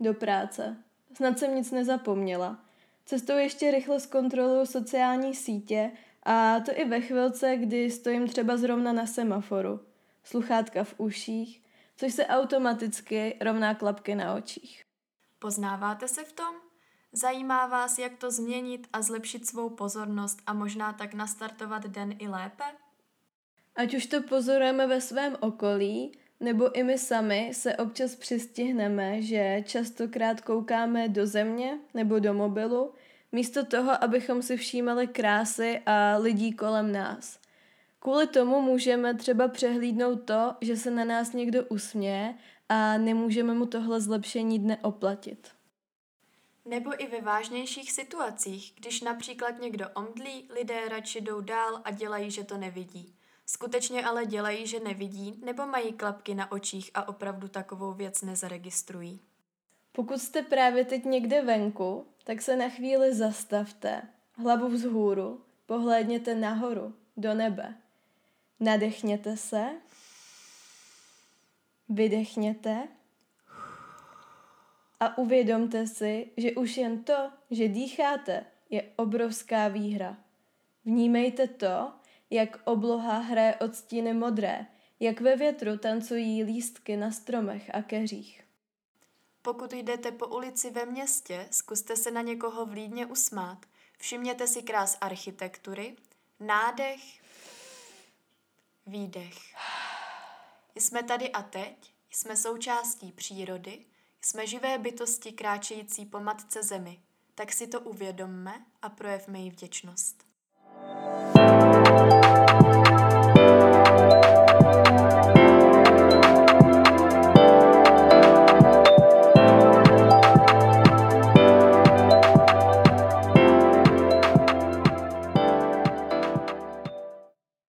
do práce. Snad jsem nic nezapomněla. Cestou ještě rychle zkontroluju sociální sítě a to i ve chvilce, kdy stojím třeba zrovna na semaforu. Sluchátka v uších, což se automaticky rovná klapky na očích. Poznáváte se v tom? Zajímá vás, jak to změnit a zlepšit svou pozornost a možná tak nastartovat den i lépe? Ať už to pozorujeme ve svém okolí, nebo i my sami se občas přistihneme, že častokrát koukáme do země nebo do mobilu, místo toho, abychom si všímali krásy a lidí kolem nás. Kvůli tomu můžeme třeba přehlídnout to, že se na nás někdo usměje a nemůžeme mu tohle zlepšení dne oplatit. Nebo i ve vážnějších situacích, když například někdo omdlí, lidé radši jdou dál a dělají, že to nevidí. Skutečně ale dělají, že nevidí, nebo mají klapky na očích a opravdu takovou věc nezaregistrují. Pokud jste právě teď někde venku, tak se na chvíli zastavte, hlavu vzhůru, pohlédněte nahoru, do nebe. Nadechněte se, vydechněte a uvědomte si, že už jen to, že dýcháte, je obrovská výhra. Vnímejte to, jak obloha hraje odstíny modré, jak ve větru tancují lístky na stromech a keřích. Pokud jdete po ulici ve městě, zkuste se na někoho vlídně usmát. Všimněte si krás architektury, nádech, výdech. Jsme tady a teď, jsme součástí přírody, jsme živé bytosti kráčející po matce zemi. Tak si to uvědomme a projevme jí vděčnost.